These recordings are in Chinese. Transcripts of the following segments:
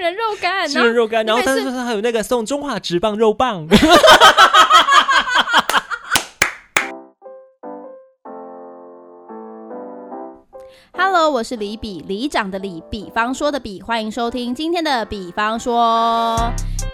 人肉干， 吃人肉干，然后但是还有那个送中华职棒肉棒。 Hello， 我是李比，里长的李，比方说的比，欢迎收听今天的比方说。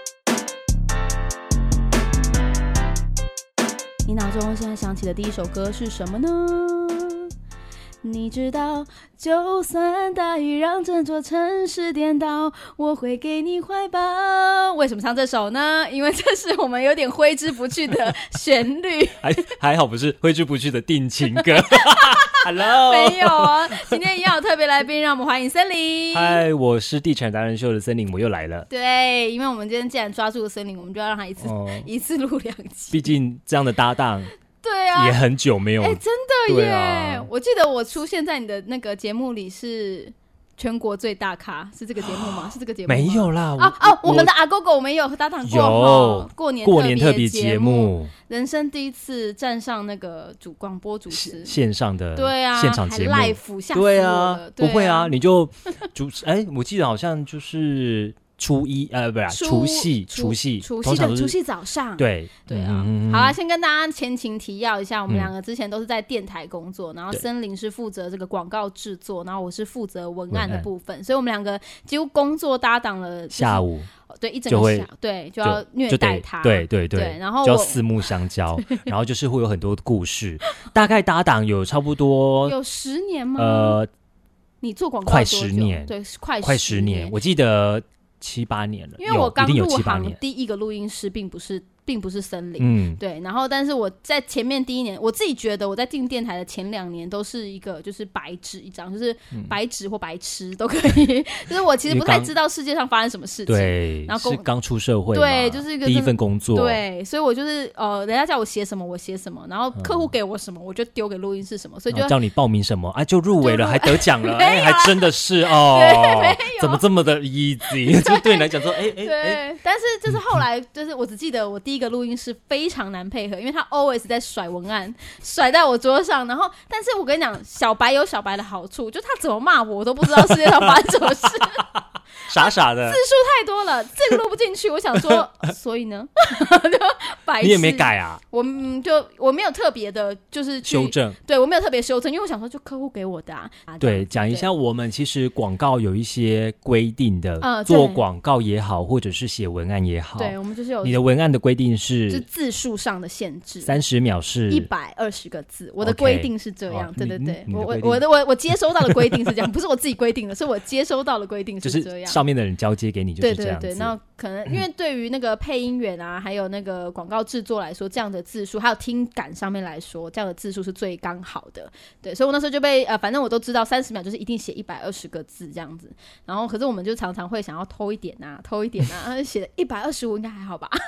你脑中现在想起的第一首歌是什么呢？你知道，就算大雨让整座城市颠倒，我会给你怀抱。为什么唱这首呢？因为这是我们有点挥之不去的旋律。 还好不是挥之不去的定情歌。Hello， 没有啊。今天一样有特别来宾，让我们欢迎森林。 嗨，我是地产达人秀的森林，我又来了。 对，因为我们今天既然抓住了森林，我们就要让他一次录2集。 毕竟这样的搭档。 对啊， 也很久没有。 真的耶、 啊！ 我记得我出现在你的那个节目里是全国最大咖，是这个节目吗？是这个节目吗？ 没有啦。 我们的阿狗狗我们也有搭档过。 有过年特别节目， 人生第一次站上那个广播主持线上的对啊现场节目， 还 live 吓死我了。 对啊，不会啊，你就主持我记得好像就是初一不是除夕早上。 对啊，好啦，先跟大家前情提要一下，我们两个之前都是在电台工作，然后森林是负责这个广告制作，然后我是负责文案的部分，所以我们两个几乎工作搭档了、 下午。 对，一整个下午，对，就要虐待他， 对， 然后就要四目相交，然后就是会有很多故事。大概搭档有差不多有10年吗？你做广告快10年， 对，快 10年，我记得7、8年了， 因为我刚入行第一个录音师并不是森林，对，然后但是我在前面第1年，我自己觉得我在进电台的前2年都是一个就是白纸一张，就是白纸或白痴都可以，就是我其实不太知道世界上发生什么事情， 对，然后是刚出社会嘛， 对，就是一个第一份工作， 对，所以我就是人家叫我写什么我写什么，然后客户给我什么我就丢给录音室什么，所以就叫你报名什么就入围了，还得奖了，还真的是怎么这么的 easy， 就对你来讲说对，但是就是后来就是我只记得我第一个录音师非常难配合，因为他 always 在甩文案，甩在我桌上，然后但是我跟你讲，小白有小白的好处，就他怎么骂我都不知道世界上发生什么事。 傻傻的， 字数太多了，这个录不进去。我想说，所以呢，就白痴。 你也没改啊？ 我没有特别的，就是修正。 对，我没有特别修正，因为我想说，就客户给我的啊。 对，讲一下，我们其实广告有一些规定的，做广告也好，或者是写文案也好， 对，我们就是有你的文案的规定是字数上的限制 ，30秒是 120个字。我的规定是这样，对，我接收到的规定是这样，不是我自己规定的，是我接收到的规定是这样。 上面的人交接给你就是这样子。 对，那可能因为对于那个配音员啊，还有那个广告制作来说，这样的字数还有听感上面来说，这样的字数是最刚好的。对，所以我那时候就被反正我都知道30秒就是一定写120个字这样子。然后可是我们就常常会想要偷一点啊，写的125应该还好吧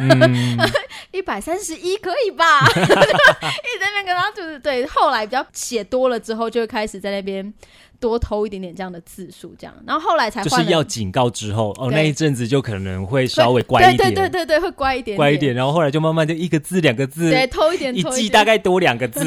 ？131可以吧？一直在那边跟他就是对，后来比较写多了之后，就会开始在那边多偷一点点这样的字数，这样，然后后来才就是要警告之后那一阵子就可能会稍微乖一点， 对，会乖一点， 然后后来就慢慢就1个字2个字， 对，偷一点， 一季大概多2个字，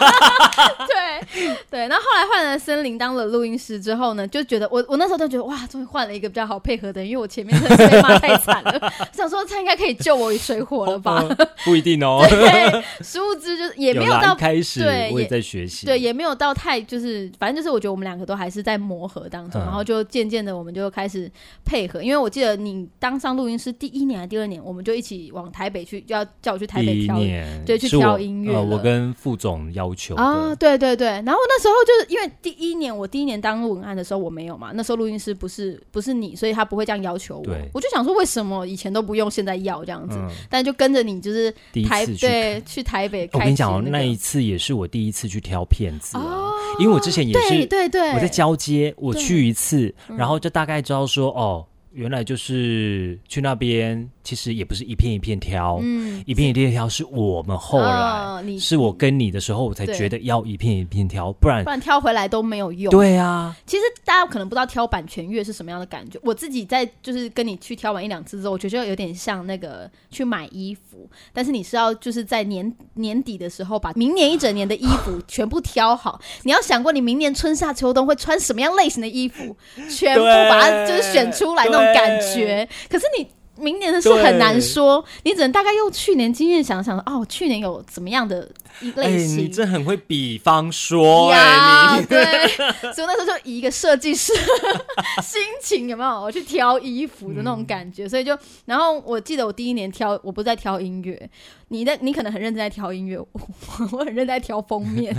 对，然后后来换了森林当了录音师之后呢，就觉得我那时候就觉得哇，终于换了一个比较好配合的人，因为我前面真的是被骂太惨了，想说他应该可以救我于水火了吧？ 不一定哦， 对，殊不知就是也没有到一开始我也在学习， 对，也没有到太就是反正就是我觉得我们2个都还是在磨合当中，然后就渐渐的我们就开始配合，因为我记得你当上录音师第1年还是第2年，我们就一起往台北去，要叫我去台北挑，对，去挑音乐我跟副总要求的对，然后那时候就是因为我第一年当文案的时候我没有嘛，那时候录音师不是你，所以他不会这样要求我，我就想说为什么以前都不用，现在要这样子，但就跟着你就是去台北开、 我跟你讲那一次也是我第一次去挑片子因为我之前也是对我在交接，我去一次，然后就大概知道说原来就是去那边其实也不是一片一片挑，一片一片挑是我们后来，是我跟你的时候我才觉得要一片一片挑，不然挑回来都没有用。 对啊， 其实大家可能不知道挑版权乐是什么样的感觉，我自己在就是跟你去挑完1-2次之后，我觉得有点像那个去买衣服，但是你是要就是在年底的时候把明年一整年的衣服全部挑好，你要想过你明年春夏秋冬会穿什么样类型的衣服，全部把它就是选出来那种感觉。可是你明年的事很难说，你只能大概用去年经验想想哦，去年有怎么样的类型。 你真很会比方说对，所以那时候就以一个设计师心情有没有我去挑衣服的那种感觉，所以就然后我记得我第一年挑，我不是在挑音乐，你可能很认真在挑音乐，我很认真在挑封面。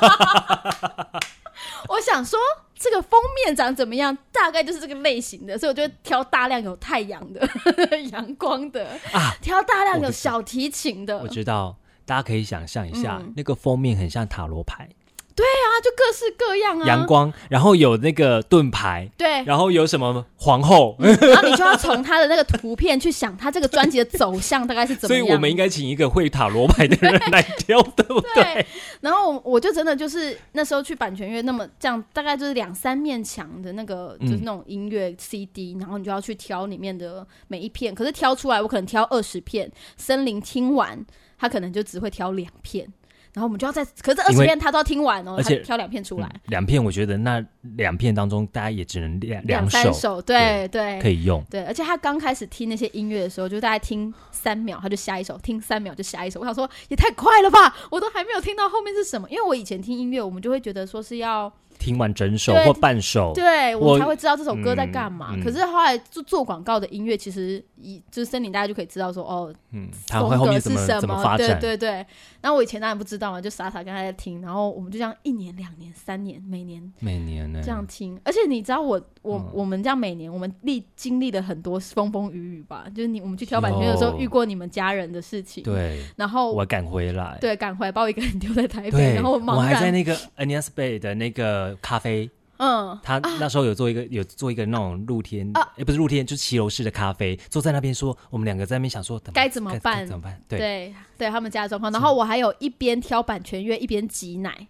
我想说这个封面长怎么样，大概就是这个类型的，所以我就挑大量有太阳的阳光的挑大量有小提琴的。 我知道大家可以想象一下，那个封面很像塔罗牌。 对啊，就各式各样啊， 阳光，然后有那个盾牌， 对， 然后有什么皇后， 然后你就要从他的那个图片去想他这个专辑的走向大概是怎么样。 所以我们应该请一个会塔罗牌的人来挑，对不对？ 然后我就真的就是那时候去版权乐，那么这样大概就是2-3面墙的那个就是那种音乐 CD，然后你就要去挑里面的每一片，可是挑出来我可能挑20片，森林听完他可能就只会挑2片。然后我们就要可是这20片他都要听完哦，而且挑2片出来。 2片我觉得那2片当中大家也只能 2-3首，对， 可以用。 对，而且他刚开始听那些音乐的时候，就大概听3秒他就下一首，听3秒就下一首。我想说也太快了吧，我都还没有听到后面是什么。因为我以前听音乐，我们就会觉得说是要听完整首或半首， 对，我才会知道这首歌在干嘛。可是后来做广告的音乐，其实就是森林大家就可以知道说它会后面怎么发展。 对。然后我以前当然不知道嘛，就傻傻跟他在听，然后我们就这样1年、2年、3年，每年这样听。而且你知道我们这样每年我们经历了很多风风雨雨吧，就是我们去挑版权的时候遇过你们家人的事情， 对， 然后我赶回来， 对，赶回来把我一个人丢在台北，然后我还在那个 Agnus Bay 的那个咖啡。他那时候有做一个那种露天不是露天，就是骑楼式的咖啡，坐在那边说，我们2个在那边想说该怎么办， 对他们家的状况。然后我还有一边挑版权乐一边挤奶。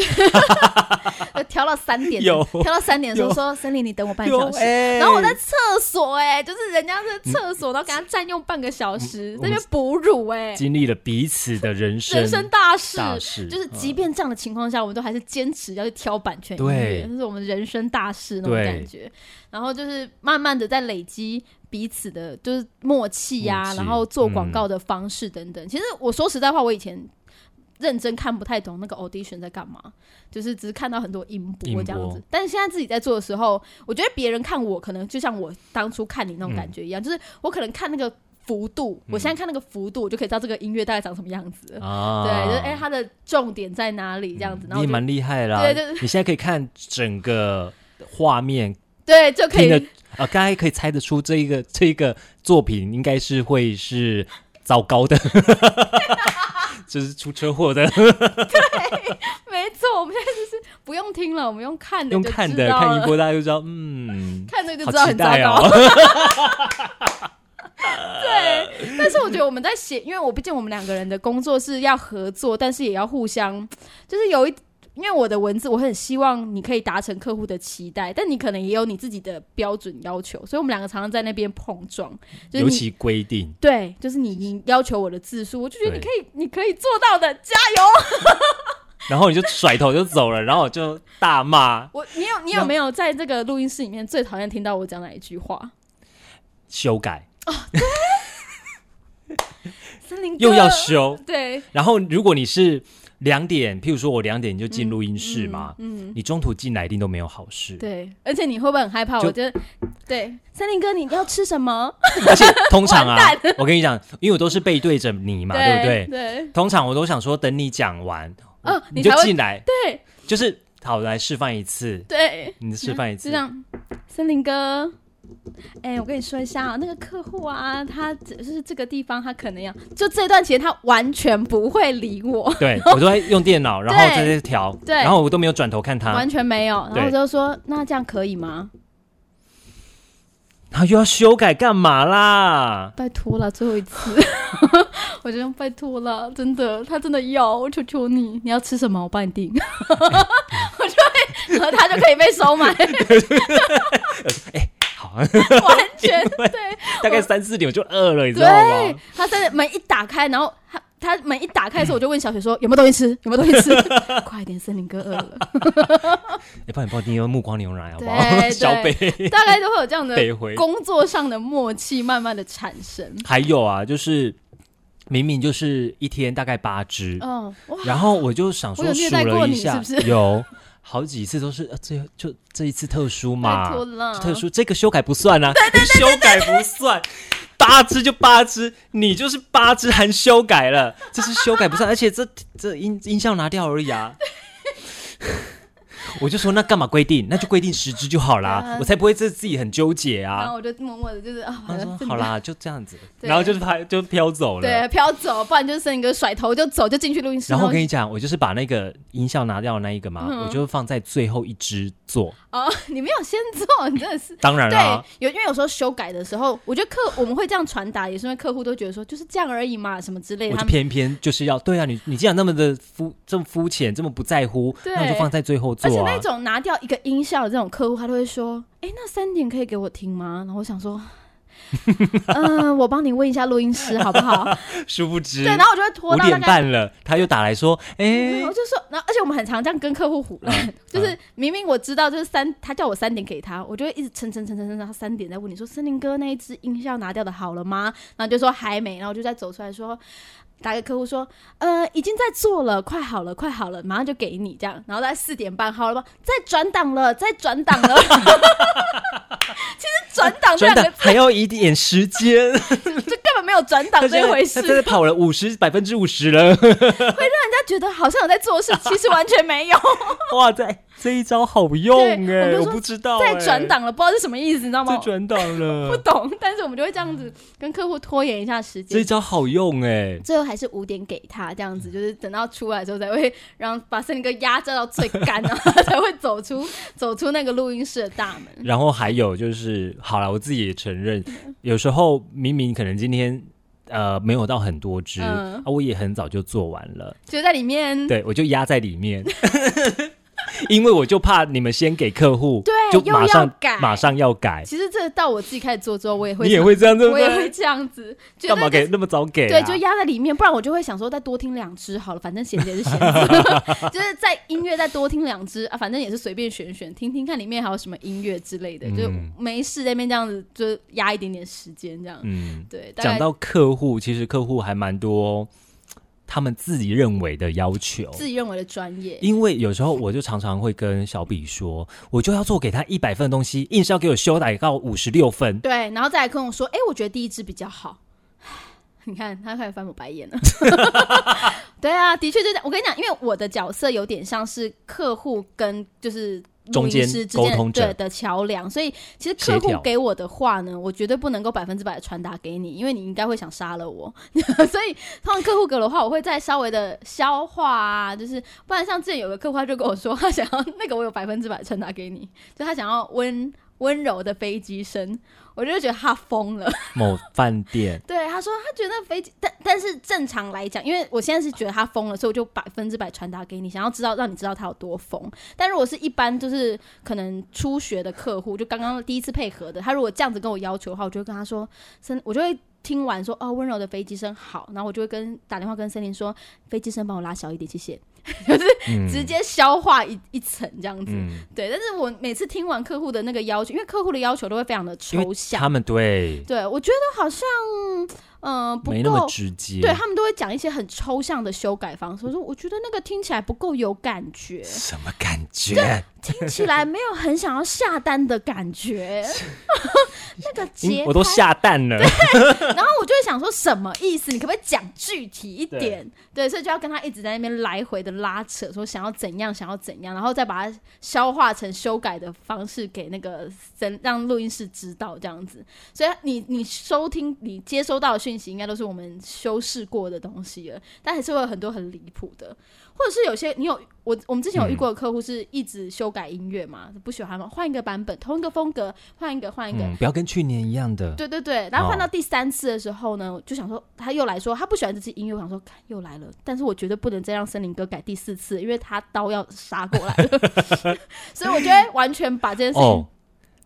挑到3点，挑到3点的时候说森林你等我半小时，然后我在厕所就是人家在厕所，然后给他占用半个小时，在那边哺乳经历了彼此的人生大事，就是即便这样的情况下，我们都还是坚持要去挑版权音乐，这是我们人生大事那种感觉。然后就是慢慢的在累积彼此的就是默契啊，然后做广告的方式等等。其实我说实在话，我以前认真看不太懂那个 audition 在干嘛，就是只是看到很多音波这样子。但是现在自己在做的时候，我觉得别人看我可能就像我当初看你那种感觉一样，就是我可能看那个幅度，我现在看那个幅度，我就可以知道这个音乐大概长什么样子。对，就是它的重点在哪里这样子。然后你也蛮厉害啦，对，你现在可以看整个画面， 对，就可以刚才可以猜得出这一个作品应该是会是糟糕的。就是出车祸的。 对，没错，我们现在就是不用听了，我们用看的就知道了， 用看的看一波大家就知道， 看这个就知道很糟糕。对，但是我觉得我们在写，因为毕竟我们2个人的工作是要合作，但是也要互相，就是因为我的文字我很希望你可以达成客户的期待，但你可能也有你自己的标准要求，所以我们2个常常在那边碰撞，就是、 尤其规定， 对，就是你要求我的字数，我就觉得你可以做到的，加油。 然后你就甩头就走了，然后我就大骂你有没有在这个录音室里面最讨厌听到我讲哪一句话？ 修改森林哥又要修， 对。 然后如果你是2点，譬如说我2点就进录音室嘛，你中途进来一定都没有好事。 对，而且你会不会很害怕？我觉得，对，森林哥，你要吃什么？ 而且通常我跟你讲，因为我都是背对着你嘛，对不对？对。通常我都想说，等你讲完，你就进来。对，就是好，来示范一次。对，你示范一次。就这样， 森林哥。我跟你说一下那个客户啊，他就是这个地方，他可能要就这段期间他完全不会理我。 对，我都在用电脑，然后在这调，对，然后我都没有转头看他， 完全没有。然后我就说，那这样可以吗？ 然后又要修改干嘛啦？ 拜托了，最后一次，我就拜托了，真的，他真的要，我求求你，你要吃什么？我帮你订。我就会，然后他就可以被收买。完全对， 大概3-4点我就饿了，你知道吗？ 他在门一打开，然后他门一打开的时候，我就问小雪说有没有东西吃，有没有东西吃快点，森林哥饿了不然你帮我订一个木瓜牛奶好不好？小北大概都会有这样的工作上的默契慢慢的产生。 还有啊，就是明明就是一天大概8只，然后我就想说数了一下， 是不是有好几次都是就这一次特殊嘛，特殊这个修改不算啊，对修改不算，8只就8只，你就是8只含修改了，这是修改不算，而且这音效拿掉而已啊。我就说那干嘛规定？那就规定10只就好啦，我才不会自己很纠结啊。 然后我就默默的就是好啦，就这样子，然后就飘走了。 对，飘走，不然就是森林哥甩头就走，就进去录音室。 然后我跟你讲，我就是把那个音效拿掉的那一个嘛，我就放在最后一只做。 你没有先做，你真的是。 当然啦， 对，因为有时候修改的时候，我觉得我们会这样传达，也是因为客户都觉得说就是这样而已嘛，什么之类的。 我就偏就是要对啊，你既然那么的这么肤浅，这么不在乎，那我就放在最后做啊。 而且那种拿掉一个音效的这种客户，他都会说：“那3点可以给我听吗？”然后我想说。我帮你问一下录音师好不好？ 殊不知， 对，然后我就会拖到 5点半了，他又打来说， 我就说，然后而且我们很常这样跟客户唬烂，就是明明我知道就是他叫我3点给他，我就会一直撑到3点再问你说，森林哥那一支音效拿掉的好了吗？然后就说还没，然后我就再走出来说。打给客户说，已经在做了，快好了，马上就给你这样，然后在4点半好了吗？再转档了。其实转档这两个字还要一点时间， 就根本没有转档这回事。 他在跑了50%了， 会让人家觉得好像有在做事，其实完全没有。 哇，这一招好用我不知道再转档了，不知道是什么意思，你知道吗？ 再转档了， 不懂，但是我们就会这样子跟客户拖延一下时间。 这一招好用最后还是5点给他，这样子就是等到出来的时候才会把森林哥压榨到最干，然后才会走出那个录音室的大门。 然后还有就是，好了，我自己也承认，有时候明明可能今天没有到很多只，我也很早就做完了， 就在里面， 对，我就压在里面。因为我就怕你们先给客户， 对， 就马上要改。 其实这到我自己开始做之后，我也会， 你也会这样，对不对？ 我也会这样子。 干嘛给那么早给？ 对，就压在里面，不然我就会想说再多听2支好了，反正闲着也是闲着，就是在音乐再多听2支啊，反正也是随便选听听看里面还有什么音乐之类的，就没事在那边这样子就压一点点时间这样。对。 讲到客户，其实客户还蛮多。他们自己认为的要求， 自己认为的专业， 因为有时候我就常常会跟小比说，我就要做给他100分的东西，硬是要给我修改到56分， 对，然后再来跟我说，我觉得第一支比较好。你看他开始翻我白眼了。对啊，的确就这样。我跟你讲，因为我的角色有点像是客户跟就是录音师之间的桥梁，所以其实客户给我的话呢，我绝对不能够100%的传达给你，因为你应该会想杀了我。所以通常客户给我的话，我会再稍微的消化啊，就是不然像之前有个客户他就跟我说，他想要那个我有100%传达给你，就他想要温柔的飞机声，我就觉得他疯了。 某饭店对，他说他觉得飞机，但是正常来讲，因为我现在是觉得他疯了，所以我就100%传达给你，想要让你知道他有多疯。但如果是一般就是可能初学的客户，就刚刚第一次配合的，他如果这样子跟我要求的话，我就会跟他说，我就会听完说温柔的飞机声好，然后我就会打电话跟森林说，飞机声帮我拉小一点，谢谢。就是直接消化一层这样子，对。但是我每次听完客户的那个要求，因为客户的要求都会非常的抽象， 他们对， 我觉得好像不够没那么直接， 对他们都会讲一些很抽象的修改方式。我说我觉得那个听起来不够有感觉， 什么感觉？ 听起来没有很想要下单的感觉。那个节拍我都下蛋了， 对。然后我就会想说什么意思？你可不可以讲具体一点？对，所以就要跟他一直在那边来回的拉扯，说想要怎样，然后再把它消化成修改的方式给那个让录音室知道这样子。所以你收听你接收到的讯息，应该都是我们修饰过的东西了，但还是会有很多很离谱的，或者是有些我们之前有遇过的客户是一直修改音乐嘛，不喜欢嘛，换一个版本，同一个风格，换一个， 不要跟去年一样的。 对，然后换到第3次的时候呢，就想说他又来说他不喜欢这支音乐，我想说又来了，但是我绝对不能再让森林哥改第4次，因为他刀要杀过来了。所以我就会完全把这件事情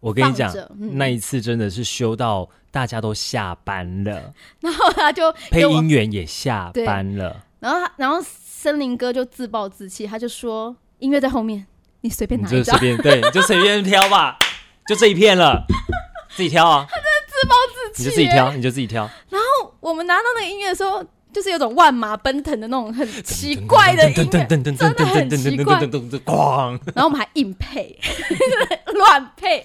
我跟你讲，那一次真的是修到大家都下班了， 然后他就配音员也下班了， 然后森林哥就自暴自弃，他就说音乐在后面，你随便拿一张， 你就随便对，你就随便挑吧，就这一片了，自己挑啊！ 他真的自暴自弃， 你就自己挑，你就自己挑。 然后我们拿到那个音乐的时候，就是有种万马奔腾的那种很奇怪的音乐，真的很奇怪。然后我们还硬配，乱配，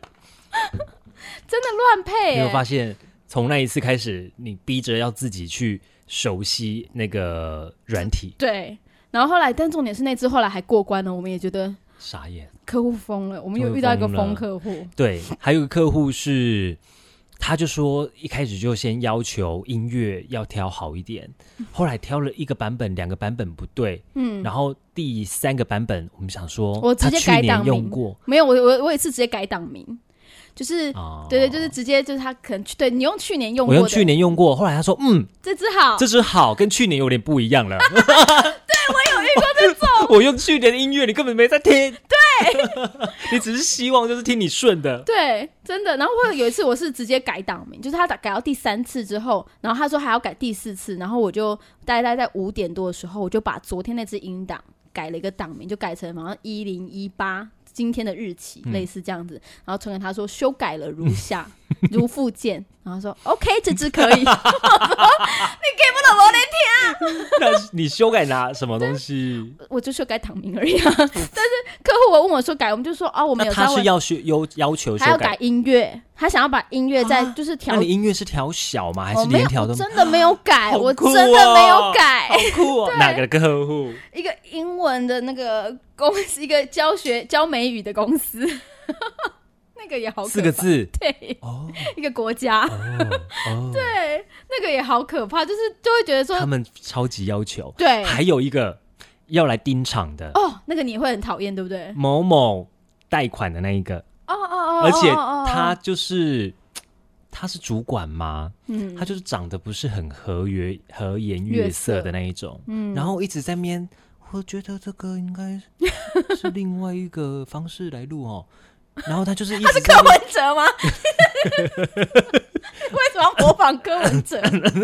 真的乱配。 你有发现，从那一次开始，你逼着要自己去熟悉那个软体。 对，然后后来，但重点是那次后来还过关了，我们也觉得傻眼， 客户疯了。我们有遇到一个疯客户， 对，还有一个客户是。他就说一开始就先要求音乐要挑好一点，后来挑了1个版本2个版本不对，然后第3个版本我们想说我直接改档名， 用过没有，我有一次直接改档名，就是对，就是直接就是他可能对你用去年用过的， 我用去年用过，后来他说这支好跟去年有点不一样了。对， 我有遇过这种我用去年的音乐你根本没在听，对你只是希望就是听你顺的， 对，真的。然后有一次我是直接改档名，就是他改到第3次之后，然后他说还要改第4次，然后我就大概在5点多的时候，我就把昨天那支音档改了一个档名，就改成好像1018今天的日期，类似这样子，然后传给他说修改了如下，如附件，然后说 OK 这支可以。你给不懂我的天啊！ 那你修改拿什么东西？ 我就修改档名而已啊。但是客户我问我说改，我们就说我们有他是要求修改， 还要改音乐，他想要把音乐再就是调。 那你音乐是调小吗？还是连调都？ 真的没有改，我真的没有改， 好酷哦！哪个客户？ 一个英文的那个公司，一个教美语的公司。那个也好可怕，4 个字， 对，一个国家，对，那个也好可怕，就会觉得说他们超级要求， 对， 还有一个要来盯场的那个你会很讨厌，对不对？ 某某贷款的那一个，而且他就是他是主管吗？他就是长得不是很和颜悦色的那一种，然后一直在面，我觉得这个应该是另外一个方式来录哦。然后他就是一直他是柯文哲吗？为什么要模仿柯文哲？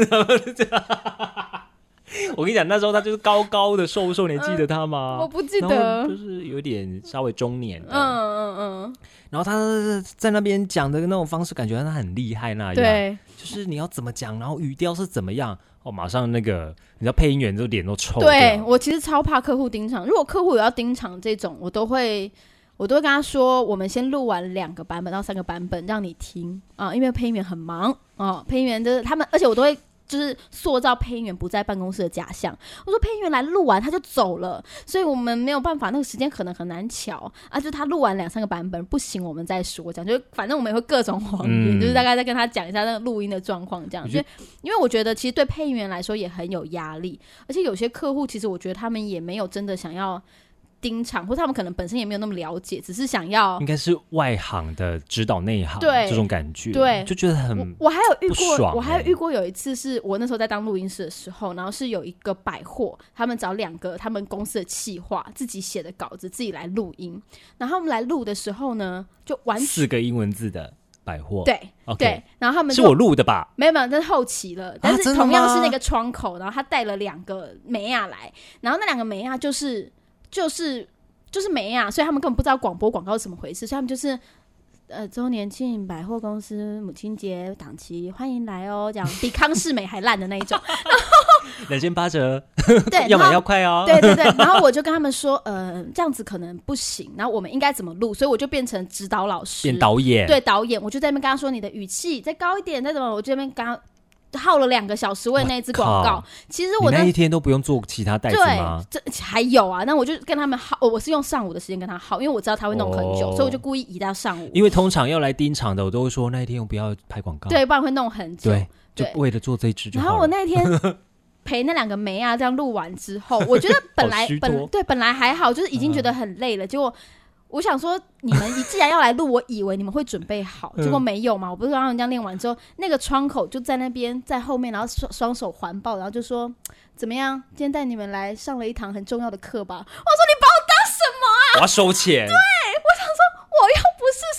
我跟你讲，那时候他就是高高的瘦瘦，你记得他吗？ 我不记得， 就是有点稍微中年的。然后他在那边讲的那种方式，感觉他很厉害那样。对，就是你要怎么讲，然后语调是怎么样，马上那个你知道配音员就脸都臭。 对，我其实超怕客户盯场，如果客户有要盯场这种，我都会跟他说，我们先录完2个版本到3个版本让你听啊，因为配音员很忙啊，配音员就是他们，而且我都会就是塑造配音员不在办公室的假象。我说配音员来录完他就走了，所以我们没有办法，那个时间可能很难瞧啊。就他录完2-3个版本不行，我们再说，这样就反正我们也会各种谎言，就是大概再跟他讲一下那个录音的状况，这样。因为我觉得其实对配音员来说也很有压力，而且有些客户其实我觉得他们也没有真的想要盯场，或者他们可能本身也没有那么了解，只是想要应该是外行的指导内行，这种感觉， 对， 就觉得很我还有遇过有一次是我那时候在当录音师的时候，然后是有一个百货，他们找2个他们公司的企划自己写的稿子自己来录音，然后他们来录的时候呢，就完全 4个英文字的百货， 对、 okay. 对，然后他们是我录的吧？ 没有，这是后期了，但是同样是那个窗口，然后他带了2个美亚来，然后那2个美亚就是没啊，所以他们根本不知道广播广告是怎么回事，所以他们就是周年庆百货公司母亲节档期欢迎来哦，这样比康世美还烂的那一种 ，2800折， 对， 要买要快哦， 对对对，然后我就跟他们说这样子可能不行，然后我们应该怎么录，所以我就变成指导老师， 变导演， 对，导演，我就在那边跟他说你的语气再高一点，再怎么，我就在那边跟他耗了2个小时为那一支广告。其实我那一天都不用做其他袋子吗？ 对，这还有啊，那我就跟他们耗，我是用上午的时间跟他耗，因为我知道他会弄很久，所以我就故意移到上午。 因为通常要来盯场的，我都会说那一天我不要拍广告， 对，不然会弄很久。 对，就为了做这一支就好了。 然后我那天陪那2个妹啊，这样录完之后，我觉得本来还好，就是已经觉得很累了，结果。我想说，你们既然要来录，我以为你们会准备好，结果没有嘛。我不是让人家练完之后，那个窗口就在那边，在后面，然后双手环抱，然后就说：“怎么样？今天带你们来上了一堂很重要的课吧？”我说：“你把我当什么啊？” 我要收钱。 对，我想说，我又不是什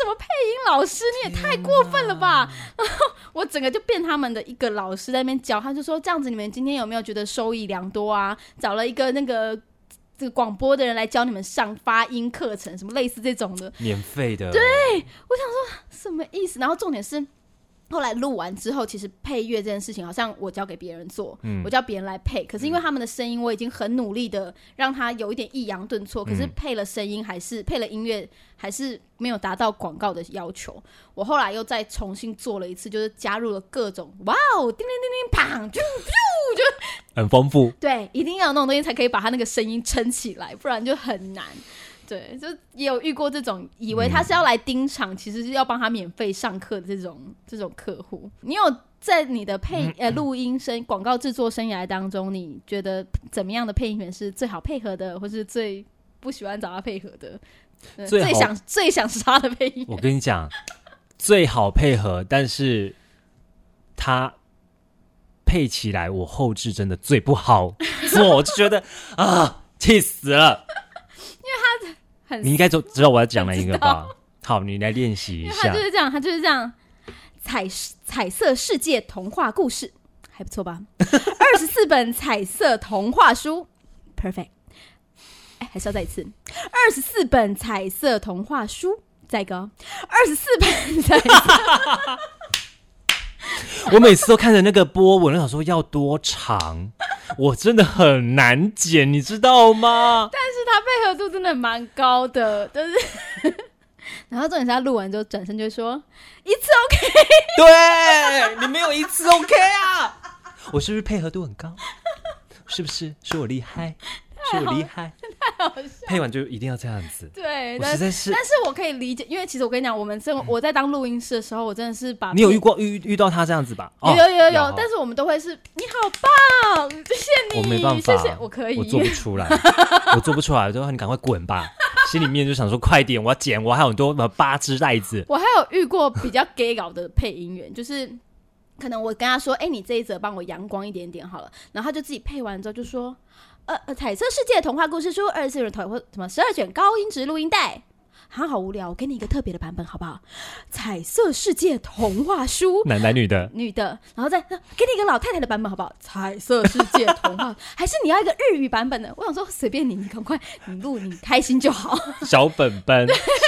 么配音老师？你也太过分了吧！然后我整个就变他们的一个老师在那边教，他就说这样子，你们今天有没有觉得收益良多啊？找了一个那个这个广播的人来教你们上发音课程，什么类似这种的， 免费的。 对，我想说什么意思？然后重点是。后来录完之后，其实配乐这件事情好像我交给别人做，我叫别人来配。可是因为他们的声音，我已经很努力的让他有一点抑扬顿挫，可是配了声音还是配了音乐，还是没有达到广告的要求。我后来又再重新做了一次，就是加入了各种哇哦，叮叮叮叮，砰，啾啾，就很丰富。 对，一定要有那种东西才可以把他那个声音撑起来，不然就很难。对，就也有遇过这种以为他是要来盯场，其实是要帮他免费上课的这种客户。你有在你的录音广告制作生涯当中，你觉得怎么样的配音员是最好配合的，或是最不喜欢找他配合的？最想杀的配音员？ 我跟你讲，最好配合，但是他配起来我后置真的最不好做，我就觉得啊，气死了。你应该知道我要讲哪一个吧？好，你来练习一下。 他就是这样，彩色世界童话故事还不错吧？24本彩色童话书 ，perfect。还是要再一次，24本彩色童话书，再一个24本彩色。 我每次都看着那个波，我就想说要多长，我真的很难剪，你知道吗？ 但是他配合度真的蛮高的，就是然后重点是他录完之后转身就说一次 OK， 对，你没有一次 OK 啊，我是不是配合度很高？是不是？是我厉害？是我厉害？ 太好笑了， 配完就一定要这样子。 对， 我实在是， 但是我可以理解，因为其实我跟你讲，我在当录音师的时候，我真的是把你有遇到他这样子吧？ 有，但是我们都会是你好棒，谢谢你， 我没办法， 谢谢，我可以， 我做不出来，我做不出来，就说你赶快滚吧，心里面就想说快点，我要剪，我还有很多8只袋子。 我还有遇过比较 gay 搞的配音员，就是可能我跟他说，你这一则帮我阳光一点点好了，然后他就自己配完之后就说。彩色世界童话故事书24人头或什么12卷高音质录音带，好无聊，我给你一个特别的版本好不好？彩色世界童话书， 男女的， 女的，然后再给你一个老太太的版本好不好？彩色世界童话，还是你要一个日语版本的？我想说随便你赶快你录，你开心就好。 小本本，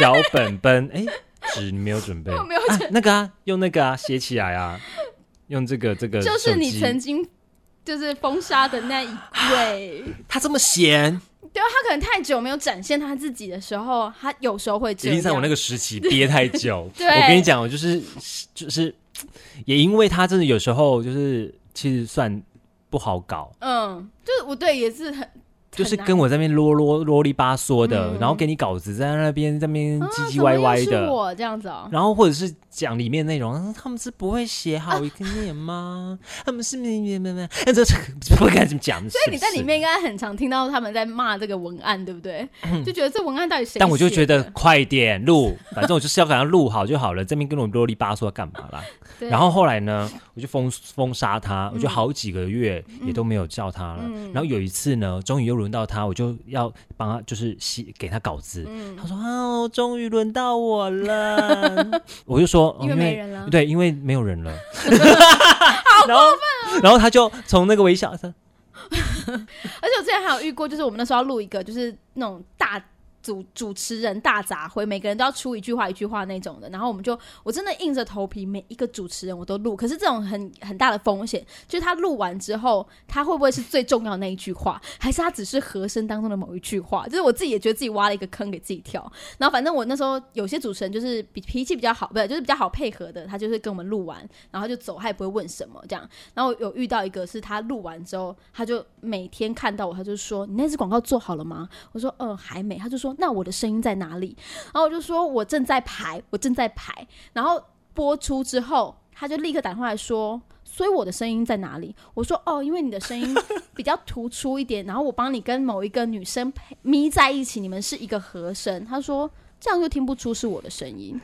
纸你没有准备， 我没有那个用那个写起来啊，用这个就是你曾经。就是封杀的那一位， 他这么闲， 对啊，他可能太久没有展现他自己的时候，他有时候会这样。 一定在我那个时期憋太久。我跟你讲，我就是，也因为他真的有时候就是其实算不好搞， 就是我对也是很。 就是跟我在那边啰里吧嗦的，然后给你稿子在那边唧唧歪歪的， 是我这样子哦。 然后或者是讲里面内容，他们是不会写好一个念吗？他们是不会该怎么讲。 所以你在里面应该很常听到他们在骂这个文案，对不对？就觉得这文案到底谁写的？ 但我就觉得快点录，反正我就是要赶快录好就好了。这边跟我啰里吧嗦要干嘛啦？然后后来呢，我就封杀他，我就好几个月也都没有叫他了。然后有一次呢，终于又轮到他，我就要帮他，就是给他稿子。他说终于轮到我了。我就说因为没人了， 对，因为没有人了。 好过分然后他就从那个微笑，而且我之前还有遇过，就是我们那时候要录一个，就是那种大。主持人大杂烩，每个人都要出一句话那种的，然后我真的硬着头皮，每一个主持人我都录。可是这种很大的风险，就是他录完之后，他会不会是最重要的那一句话，还是他只是和声当中的某一句话？就是我自己也觉得自己挖了一个坑给自己跳。然后反正我那时候有些主持人就是脾气比较好，不是就是比较好配合的，他就是跟我们录完，然后就走，他也不会问什么这样。然后有遇到一个是他录完之后，他就每天看到我，他就说：“你那支广告做好了吗？”我说：“还没。”他就说：“那我的声音在哪里？”然后我就说：“我正在排。”然后播出之后，他就立刻打电话来说：“所以我的声音在哪里？”我说：“因为你的声音比较突出一点，然后我帮你跟某一个女生咪在一起，你们是一个和声。”他说：“这样就听不出是我的声音。”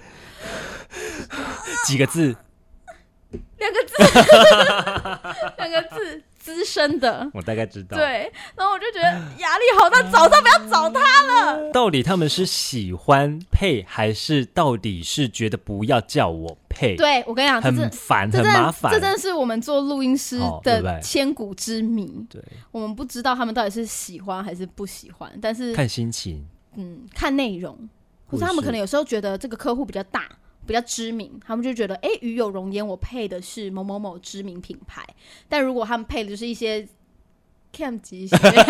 几个字？2 个字，2个字。 资深的， 我大概知道。 对，然后我就觉得压力好大，早上不要找他了。 到底他们是喜欢配，还是到底是觉得不要叫我配？ 对，我跟你讲， 很烦，很麻烦。 这真的是我们做录音师的千古之谜。对，我们不知道他们到底是喜欢还是不喜欢，但是看心情， 看内容，或者他们可能有时候觉得这个客户比较大。比较知名，他们就觉得与有容颜，我配的是某某某知名品牌。但如果他们配的就是一些 Cam 级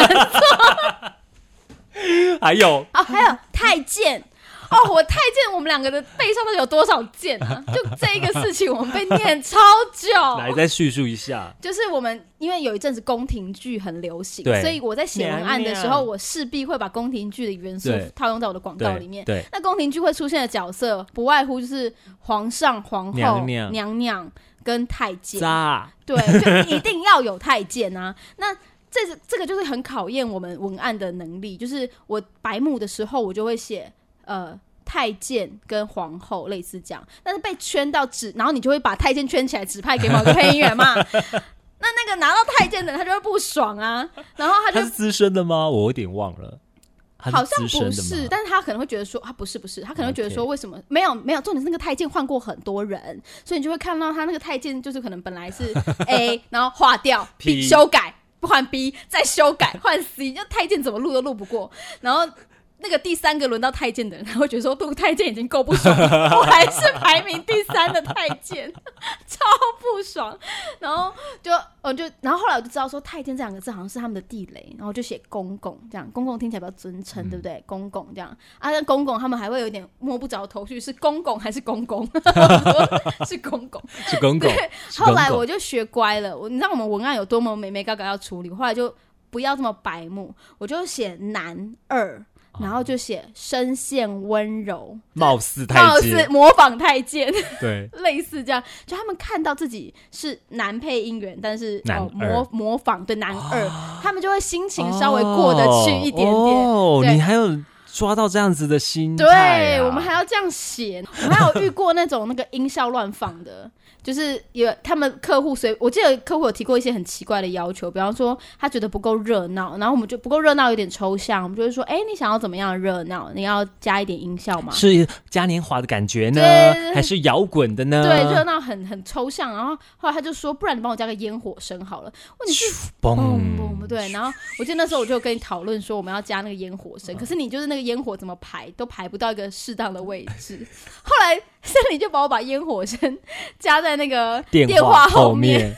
还有太监我太监，我们两个的背上都有多少件啊？就这个事情，我们被念超久。 来，再叙述一下。 就是我们因为有一阵子宫廷剧很流行，所以我在写文案的时候，我势必会把宫廷剧的元素套用在我的广告里面。对，那宫廷剧会出现的角色，不外乎就是皇上、皇后、娘娘跟太监。对，就一定要有太监啊。那这个就是很考验我们文案的能力。就是我白目的时候，我就会写。太监跟皇后类似这样，但是被圈到然后你就会把太监圈起来指派给某个配音员嘛那个拿到太监的人他就会不爽啊，然后他是资深的吗？我有点忘了， 好像不是，但是他可能会觉得说不是，他可能会觉得说为什么没有，重点是那个太监换过很多人，所以你就会看到他那个太监就是可能本来是 A 然后划掉 B 修改换 B 再修改换 C， 就太监怎么录都录不过，然后那个第3个轮到太监的人，他会觉得说，太监已经够不爽了，我还是排名第3的太监，超不爽。然后然后后来我就知道说，太监这2个字好像是他们的地雷，然后就写公公，这样公公听起来比较尊称，对不对？公公这样那公公他们还会有点摸不着头绪，是公公还是公公？是公公， 是公公。 后来我就学乖了，你知道我们文案有多么美美嘎嘎要处理，后来就不要这么白目，我就写男二。然后就写声线温柔， 貌似太监， 模仿太监， 对， 类似这样。就他们看到自己是男配音员，但是模仿对男二，他们就会心情稍微过得去一点点。 你还有抓到这样子的心态对，我们还要这样写。我还有遇过那种那个音效乱放的。就是有他们客户我记得客户有提过一些很奇怪的要求，比方说他觉得不够热闹，然后我们就不够热闹有点抽象，我们就会说你想要怎么样的热闹，你要加一点音效吗？ 是嘉年华的感觉呢，还是摇滚的呢？ 对，热闹很抽象。然后后来他就说，不然你帮我加个烟火声好了。问题是嘣嘣，对。然后我记得那时候我就跟你讨论说我们要加那个烟火声，可是你就是那个烟火怎么排都排不到一个适当的位置。后来森林就把烟火声加在那个电话后面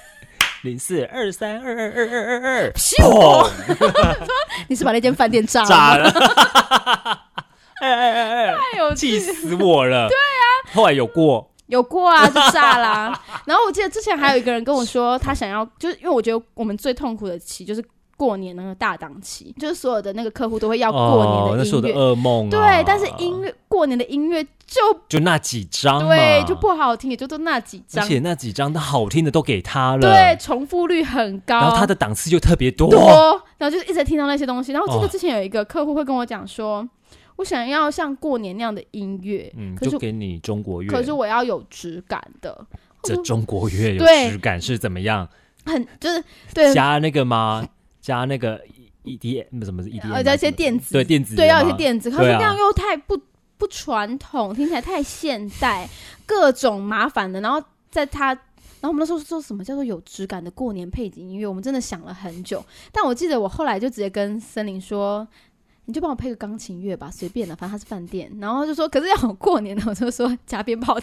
，0423222222， 砰！你是把那间饭店炸了？ 气死我了！对啊， 后来有过啊，就炸啦。然后我记得之前还有一个人跟我说，他想要，就是因为我觉得我们最痛苦的期就是过年那个大档期，就是所有的那个客户都会要过年的音乐， 那是我的噩梦。 对，但是过年的音乐就那几张嘛， 对，就不好听，也就都那几张， 而且那几张的好听的都给他了， 对，重复率很高， 然后他的档次就特别多， 然后就是一直听到那些东西。然后我记得之前有一个客户会跟我讲说，我想要像过年那样的音乐， 就给你中国乐， 可是我要有质感的。 这中国乐有质感是怎么样？ 就是对加那个吗？加那个 EDM 什么是 EDM？ 加一些电子， 对电子， 对，要有些电子。可是那样又太不传统，听起来太现代，各种麻烦的。然后我们那时候说什么叫做有质感的过年背景音乐，我们真的想了很久。但我记得我后来就直接跟森林说，你就帮我配个钢琴乐吧，随便的，反正它是饭店。然后就说，可是要有过年的，我就说加鞭炮。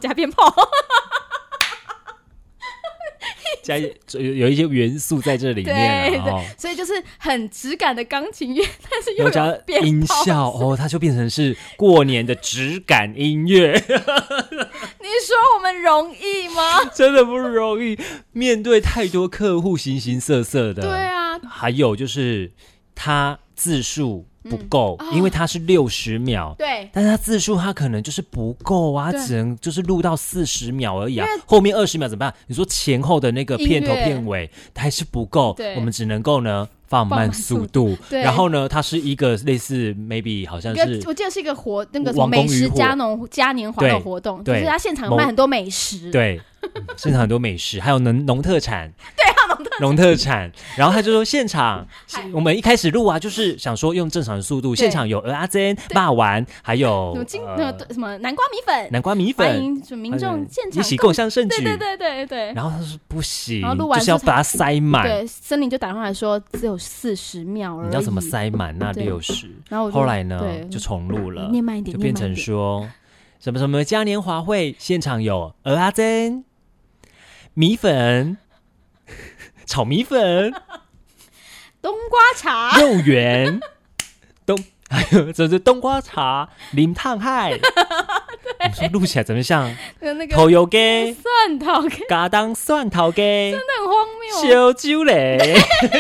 有一些元素在这里面， 对，所以就是很质感的钢琴乐，但是又有加音效它就变成是过年的质感音乐。你说我们容易吗？ 真的不容易，面对太多客户形形色色的。 对啊， 还有就是他字数不够，因为它是60秒， 对， 但是它字数它可能就是不够啊，它只能就是录到40秒而已啊，后面20秒怎么办？你说前后的那个片头片尾它还是不够，我们只能够呢放慢速度，然后呢它是一个类似 maybe 好像是我记得是一个那个什么美食嘉年华的活动，就是他现场有卖很多美食， 对，现场很多美食，还有农特产， 对，还有农特农特产。然后他就说现场我们一开始录啊，就是想说用正常的速度，现场有蚵仔煎、肉丸，还有什么南瓜米粉，欢迎民众现场一起共襄盛举。 对。 然后他说不行， 然后录完就是要把它塞满。 对，森林就打电话来说只有40秒而已。 你要怎么塞满那60？然后后来呢就重录了， 念慢一点， 就变成说什么什么嘉年华会现场有蚵仔煎、米粉、炒米粉、 冬瓜茶、 肉圆、还有就是冬瓜茶、淋烫海。你说录起来怎么像头油鸡、 蒜头鸡、 嘎当蒜头鸡，真的很荒谬。 烧酒嘞，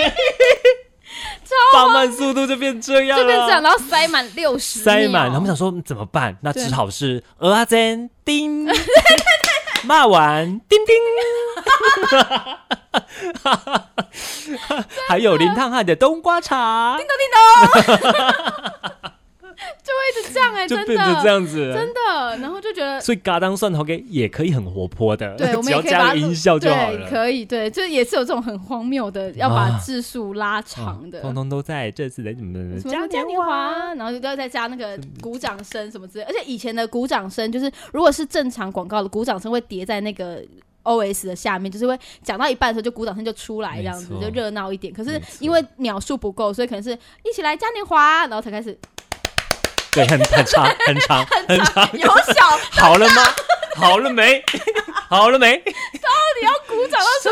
放慢速度就变这样了， 然后塞满60秒， 塞满。他们想说怎么办？那只好是蚵仔煎叮，骂完叮叮，还有淋烫汉的冬瓜茶， 叮咚叮咚。就会一直这样就变成这样子， 真的，然后就觉得， 所以嘎当蒜头给也可以很活泼的， 对，我们只要加个音效就好了， 对，可以，对，就也是有这种很荒谬的，要把字数拉长的， 通通都在这次的什么嘉年华，然后就要再加那个鼓掌声什么之类，而且以前的鼓掌声就是，如果是正常广告的鼓掌声会叠在那个OS 的下面，就是会讲到一半的时候就鼓掌声就出来，这样子就热闹一点。可是因为秒数不够，所以可能是一起来嘉年华，然后才开始。 对，很长， 有小好了吗？好了没？好了没？ 到底要鼓掌到什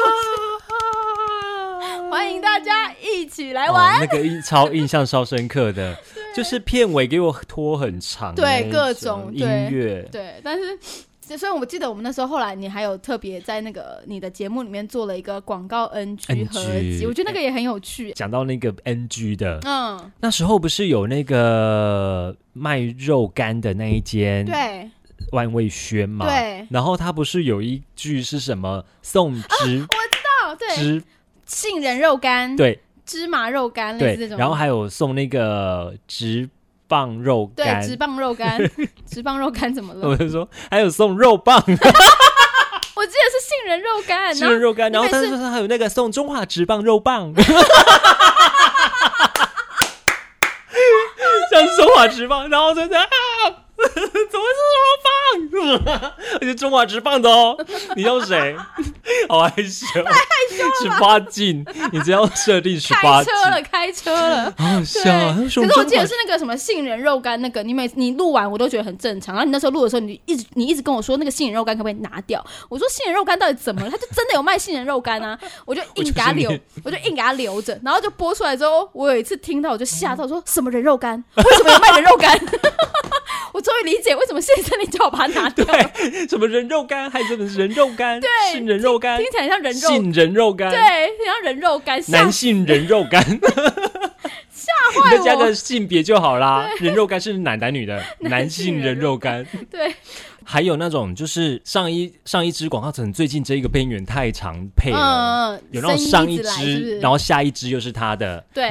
么？欢迎大家一起来玩。 那个印象超深刻的，就是片尾给我拖很长， 对，各种音乐， 对，但是。所以我记得我们那时候后来你还有特别在那个你的节目里面做了一个广告 NG 合集，我觉得那个也很有趣。 讲到那个 NG 的，那时候不是有那个卖肉干的那一间， 对， 万味轩嘛， 对， 然后他不是有一句是什么送汁， 我知道，对，杏仁肉干， 对， 芝麻肉干，类似这种， 然后还有送那个直棒肉干， 对，直棒肉干，直棒肉干怎么了？ 我就说还有送肉棒，我记得是杏仁肉干， 杏仁肉干，然后但是还有那个送中华直棒肉棒，像中华直棒，然后就这样怎么是肉棒？而且中华直棒的哦，你要谁？好害羞， 太害羞了 ，18禁，你只要设定18禁， 开车了， 好好笑啊！可是我记得是那个什么杏仁肉干，那个你录完我都觉得很正常，然后你那时候录的时候，你一直跟我说那个杏仁肉干可不可以拿掉？我说杏仁肉干到底怎么了？他就真的有卖杏仁肉干啊！我就硬给他留着，然后就播出来之后，我有一次听到我就吓到，说什么人肉干？为什么有卖人肉干？我终于理解为什么谢森林叫我把它拿掉了。 对，什么人肉干，还有什么人肉干， 对， 杏仁肉干， 听起来像人肉， 杏仁肉干， 对，像人肉干， 男性人肉干， 吓坏我！ 你再加个性别就好啦，人肉干是男的女的，男性人肉干， 对。 还有那种就是上一支广告，可能最近这一个配音员太常配了，有那种上一支，然后下一支又是他的， 对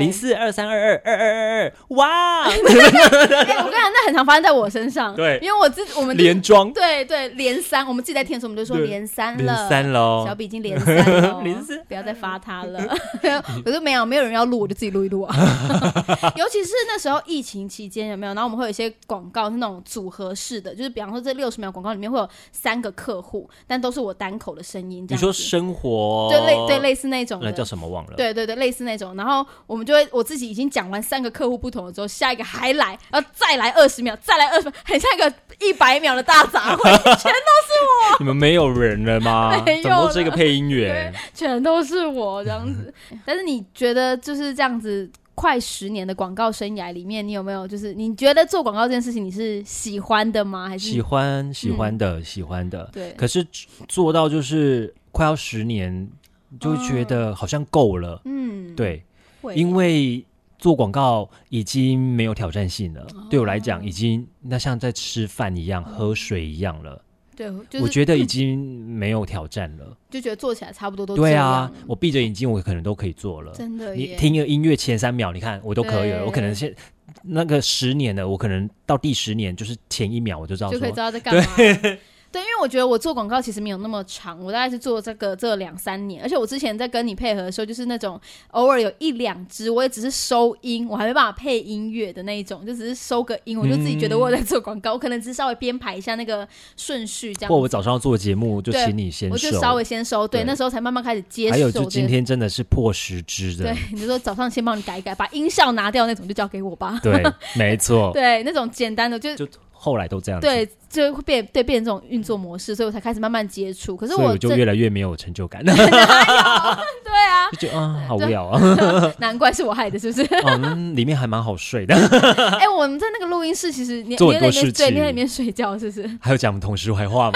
，0423222222，哇！我跟你讲，那很常发生在我身上， 对， 因为我们连装， 对，连3，我们自己在听的时候，我们就说连3 了， 小比已经连3了， 连4， 不要再发他了。我说没有人要录，我就自己录一录啊。尤其是那时候疫情期间，有没有？然后我们会有一些广告是那种组合式的，就是比方说这60秒广告里面会有3个客户，但都是我单口的声音。 你说生活， 对，类似那种的， 那叫什么忘了？ 对，类似那种。然后我们就会，我自己已经讲完3个客户不同的之后，下一个还来，然后再来20秒，再来20秒，很像一个100秒的大杂烩，全都是我。 你们没有人了吗？ 没有了， 怎么都是一个配音员？ 全都是我这样子。但是你觉得就是这样子？快10年的广告生涯里面，你有没有就是你觉得做广告这件事情你是喜欢的吗？还是喜欢的？对。 可是做到就是快要10年，就会觉得好像够了。对，因为做广告已经没有挑战性了，对我来讲已经那像在吃饭一样、喝水一样了。 对，就是我觉得已经没有挑战了， 就觉得做起来差不多都这样。 对啊，我闭着眼睛我可能都可以做了。 真的耶， 你听一个音乐前3秒，你看我都可以了。我可能那个10年了，我可能到第10年就是前1秒我就知道说， 就可以知道在干嘛。 对，因为我觉得我做广告其实没有那么长，我大概是做这2-3年，而且我之前在跟你配合的时候，就是那种偶尔有1-2支，我也只是收音，我还没办法配音乐的那一种，就只是收个音，我就自己觉得我有在做广告，我可能只是稍微编排一下那个顺序这样子。 或我早上要做节目，就请你先收， 我就稍微先收，对，那时候才慢慢开始接受。 还有就今天真的是破10支的， 对，你就说早上先帮你改一改，把音效拿掉那种就交给我吧。 对，没错， 对，那种简单的就后来都这样子， 对，就会变成这种运作模式，所以我才开始慢慢接触。可是所以我就越来越没有成就感。 哪有？对啊， 就觉得好无聊啊。 难怪是我害的，是不是？ 里面还蛮好睡的。 我们在那个录音室，其实你做很多事情， 对，你在里面睡觉，是不是？ 还有讲我们同事坏话吗？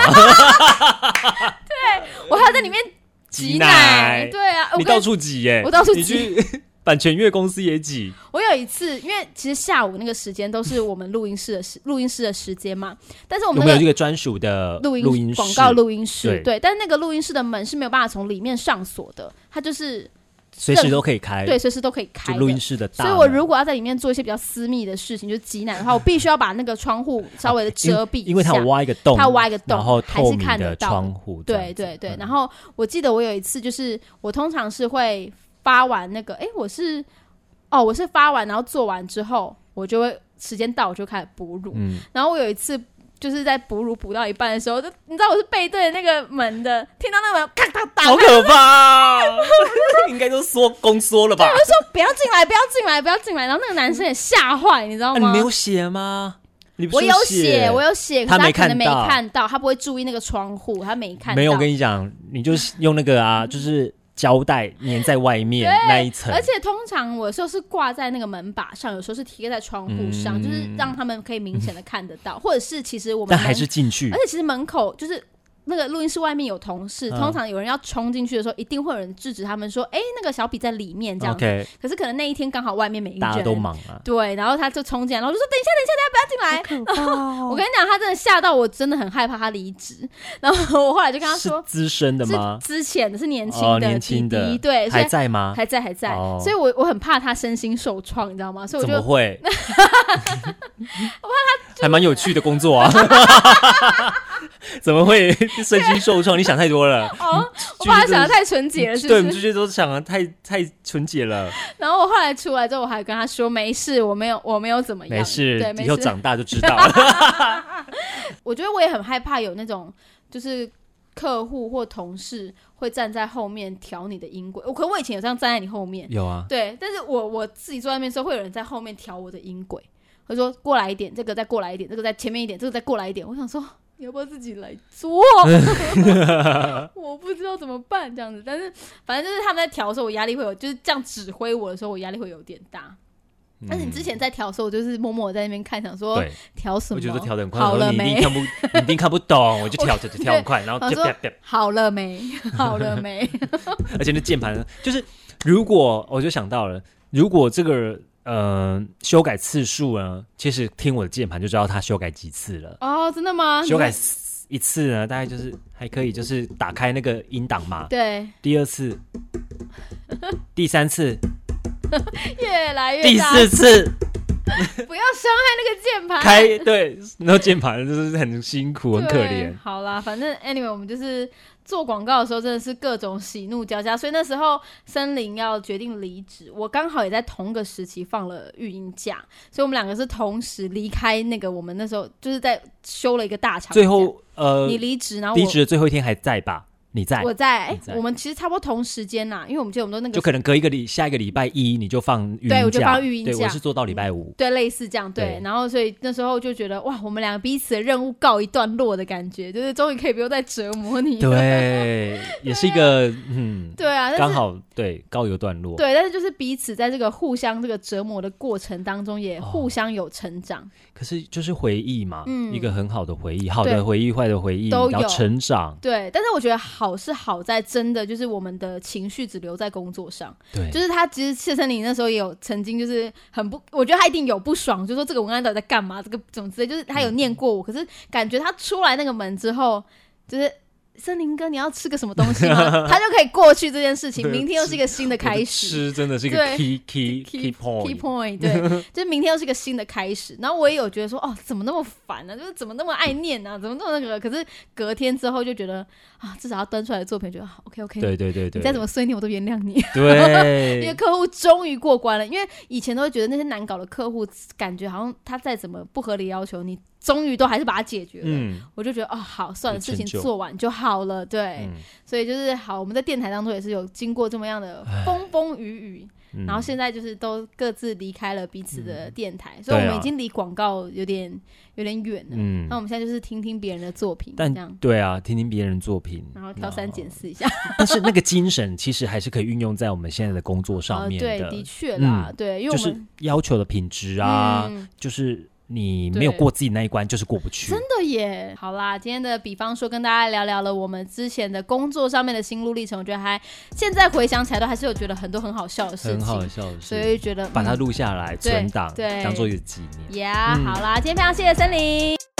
对，我还要在里面挤奶。对啊， 你到处挤耶， 我到处挤。 你去版权乐公司也挤。 我有一次，因为其实下午那个时间都是我们录音室的时间嘛，但是我们有没有这个专属的录音室广告录音室？对，但是那个录音室的门是没有办法从里面上锁的，它就是随时都可以开， 对，随时都可以开的。 录音室的大门， 所以我如果要在里面做一些比较私密的事情，就是挤奶的话，我必须要把那个窗户稍微的遮蔽一下， 因为它挖一个洞，然后还是看得到窗户。 对对对。然后我记得我有一次，就是我通常是会发完那个，我是发完然后做完之后，我就会时间到我就开始哺乳。然后我有一次就是在哺乳哺到一半的时候，就你知道我是背对那个门的，听到那个门咔咔打， 好可怕！应该都公缩了吧？ 对，我就说不要进来，不要进来，不要进来。然后那个男生也吓坏，你知道吗？ 你没有写吗？ 我有写，可是他可能没看到，他不会注意那个窗户，他没看到。 没有，我跟你讲，你就是用那个就是胶带粘在外面那一层， 而且通常我有时候是挂在那个门把上，有时候是贴在窗户上，就是让他们可以明显的看得到，或者是其实我们但还是进去， 而且其实门口就是那个录音室外面有同事，通常有人要冲进去的时候，一定会有人制止他们说：“那个小比在里面这样子。 Okay. 可是可能那一天刚好外面没人， 大家都忙啊。 对，然后他就冲进来，然后就说：“等一下，大家不要进来。”我跟你讲，他真的吓到我，真的很害怕他离职。然后我后来就跟他说：“ 是资深的吗？ 之前的是年轻的，对， 还在吗？ 还在。所以我很怕他身心受创，你知道吗？所以我就怎么会？ 我怕他还蛮有趣的工作啊。怎么会身心受创？你想太多了。 我把他想的太纯洁了，是不是？ 对，我们这些都想的太纯洁了。 然后我后来出来之后，我还跟他说没事，我没有怎么样， 没事，以后长大就知道了。 我觉得我也很害怕有那种就是客户或同事会站在后面调你的音轨。可我以前有这样站在你后面， 有啊， 对，但是我自己坐在那边的时候，会有人在后面调我的音轨，会说过来一点，这个再过来一点，这个再前面一点，这个再过来一点。我想说你要不要自己来做？我不知道怎么办这样子，但是反正就是他们在调的时候，我压力会有，就是这样指挥我的时候，我压力会有点大。但是你之前在调的时候，我就是默默在那边看，想说调什么？ 我觉得调得很快， 好了没？ 你一定看不懂，我就调很快，然后好了没？好了没？ 而且那键盘就是，如果我就想到了，如果这个修改次数呢，其实听我的键盘就知道它修改几次了。 哦，真的吗？ 修改一次呢，大概就是还可以，就是打开那个音档嘛。 对。 第2次，第3次。 越来越大，第4次不要伤害那个键盘。 对，然后键盘就是很辛苦，很可怜。 好啦，反正 anyway， 我们就是做广告的时候真的是各种喜怒交加，所以那时候森林要决定离职，我刚好也在同个时期放了育婴假，所以我们2个是同时离开那个我们那时候就是在休了一个大长假。 最后你离职，然后离职的最后一天还在吧？你在， 我在，我们其实差不多同时间啦，因为我们记得我们都那个， 就可能隔下一个礼拜一你就放育婴假， 对，我就放育婴假， 对，我是做到礼拜5， 对，类似这样，对，然后所以那时候就觉得哇，我们2个彼此的任务告一段落的感觉，就是终于可以不用再折磨你了， 对，也是一个对啊， 刚好对告一个段落， 对，但是就是彼此在这个互相这个折磨的过程当中，也互相有成长。 可是就是回忆嘛，一个很好的回忆，好的回忆、坏的回忆都有成长。 对，但是我觉得好是好在真的就是我们的情绪只留在工作上。 对， 就是他其实谢森林那时候也有曾经就是很不，我觉得他一定有不爽，就说这个文案到底在干嘛，这个怎么之类，就是他有念过我，可是感觉他出来那个门之后，就是森林哥你要吃个什么东西吗？他就可以过去这件事情，明天又是一个新的开始。 吃真的是一个 key point， 对，就是明天又是一个新的开始。然后我也有觉得说，哦，怎么那么烦呢？就是怎么那么爱念啊？怎么那么那个？可是隔天之后就觉得啊，至少要端出来的作品，觉得 OK， 对， 你再怎么碎念我都原谅你。 对， 因为客户终于过关了。因为以前都会觉得那些难搞的客户，感觉好像他再怎么不合理要求你，终于都还是把它解决了。我就觉得哦，好，算了，事情做完就好了。对，所以就是好，我们在电台当中也是有经过这么样的风风雨雨。然后现在就是都各自离开了彼此的电台，所以我们已经离广告有点远了。那我们现在就是听听别人的作品，这样对啊，听听别人作品， 然后挑三拣四一下。 但是那个精神其实还是可以运用在我们现在的工作上面的。 对，的确啦，对，因为我们就是要求的品质啊，就是你没有过自己那一关，就是过不去。 真的耶！好啦，今天的比方说跟大家聊聊了我们之前的工作上面的心路历程，我觉得还现在回想起来都还是有觉得很多很好笑的事情， 很好笑的事， 所以觉得把它录下来存档，当做一个纪念。 好啦，今天非常谢谢森林。